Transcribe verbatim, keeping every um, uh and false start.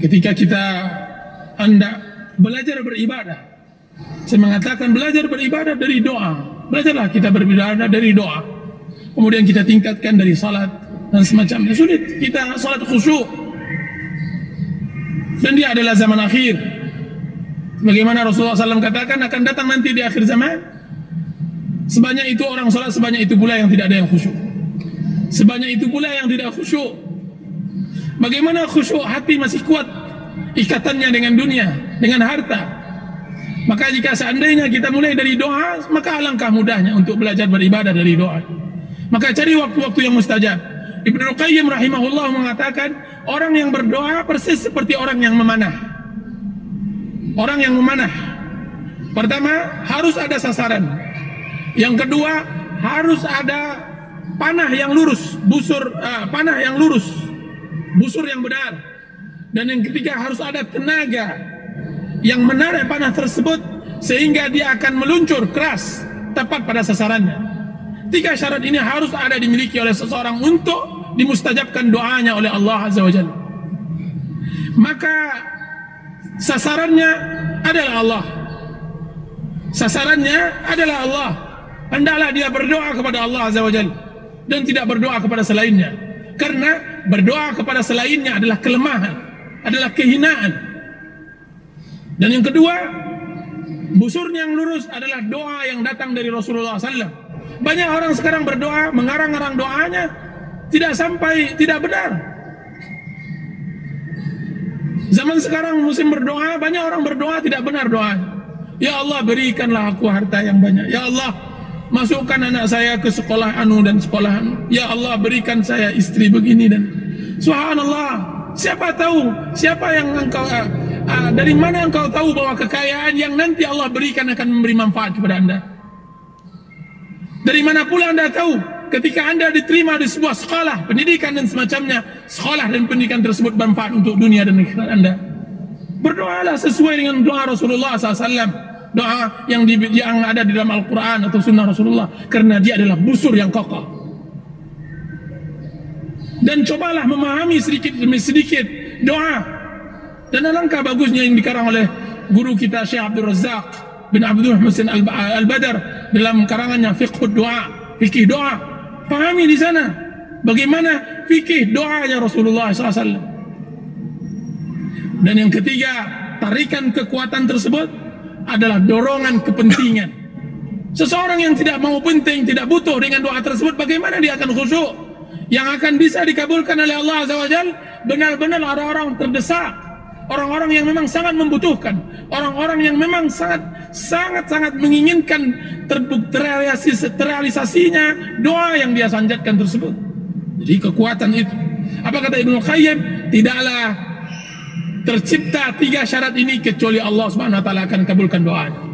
ketika kita hendak belajar beribadah, saya mengatakan belajar beribadah dari doa. Belajarlah kita beribadah dari doa. Kemudian kita tingkatkan dari salat dan semacamnya. Sulit kita salat khusyuk. Dan dia adalah zaman akhir. Bagaimana Rasulullah shallallahu alaihi wasallam katakan akan datang nanti di akhir zaman. Sebanyak itu orang salat, sebanyak itu pula yang tidak ada yang khusyuk. Sebanyak itu pula yang tidak khusyuk. Bagaimana khusyuk? Hati masih kuat ikatannya dengan dunia, dengan harta. Maka jika seandainya kita mulai dari doa, maka alangkah mudahnya untuk belajar beribadah dari doa. Maka cari waktu-waktu yang mustajab. Ibnu Qayyim rahimahullah mengatakan, orang yang berdoa persis seperti orang yang memanah. Orang yang memanah, pertama harus ada sasaran. Yang kedua harus ada panah yang lurus, busur uh, panah yang lurus, busur yang benar. Dan yang ketiga harus ada tenaga yang menarik panah tersebut sehingga dia akan meluncur keras tepat pada sasarannya. Tiga syarat ini harus ada dimiliki oleh seseorang untuk dimustajabkan doanya oleh Allah Azza wa Jalla. Maka sasarannya adalah Allah. Sasarannya adalah Allah. Hendaklah dia berdoa kepada Allah Azza wa Jalla dan tidak berdoa kepada selainnya. Karena berdoa kepada selainnya adalah kelemahan, adalah kehinaan. Dan yang kedua, busurnya yang lurus adalah doa yang datang dari Rasulullah shallallahu alaihi wasallam. Banyak orang sekarang berdoa, mengarang-arang doanya, tidak sampai, tidak benar. Zaman sekarang musim berdoa, banyak orang berdoa tidak benar doanya. Ya Allah, berikanlah aku harta yang banyak. Ya Allah, masukkan anak saya ke sekolah anu dan sekolah anu. Ya Allah, berikan saya istri begini dan subhanallah. Siapa tahu, siapa yang engkau uh, uh, dari mana engkau tahu bahwa kekayaan yang nanti Allah berikan akan memberi manfaat kepada anda? Dari mana pula anda tahu ketika anda diterima di sebuah sekolah pendidikan dan semacamnya, sekolah dan pendidikan tersebut bermanfaat untuk dunia dan akhirat anda? Berdoalah sesuai dengan doa Rasulullah shallallahu alaihi wasallam, doa yang, di, yang ada di dalam Al-Quran atau Sunnah Rasulullah, karena dia adalah busur yang kokoh. Dan cobalah memahami sedikit demi sedikit doa. Dan alangkah bagusnya yang dikarang oleh guru kita Syekh Abdul Razak bin Abdul Husain Al-Badar dalam karangannya Fiqh Doa, fikih doa. Pahami di sana bagaimana fikih doanya Rasulullah shallallahu alaihi wasallam. Dan yang ketiga, tarikan kekuatan tersebut adalah dorongan kepentingan. Seseorang yang tidak mau penting, tidak butuh dengan doa tersebut, bagaimana dia akan khusyuk? Yang akan bisa dikabulkan oleh Allah Azza wa Jalla benar-benar orang-orang terdesak, orang-orang yang memang sangat membutuhkan, orang-orang yang memang sangat sangat sangat menginginkan terrealisasi, terrealisasinya doa yang dia sanjatkan tersebut. Jadi kekuatan itu. Apa kata Ibnu Qayyim? Tidaklah tercipta tiga syarat ini kecuali Allah Subhanahu wa taala akan kabulkan doanya.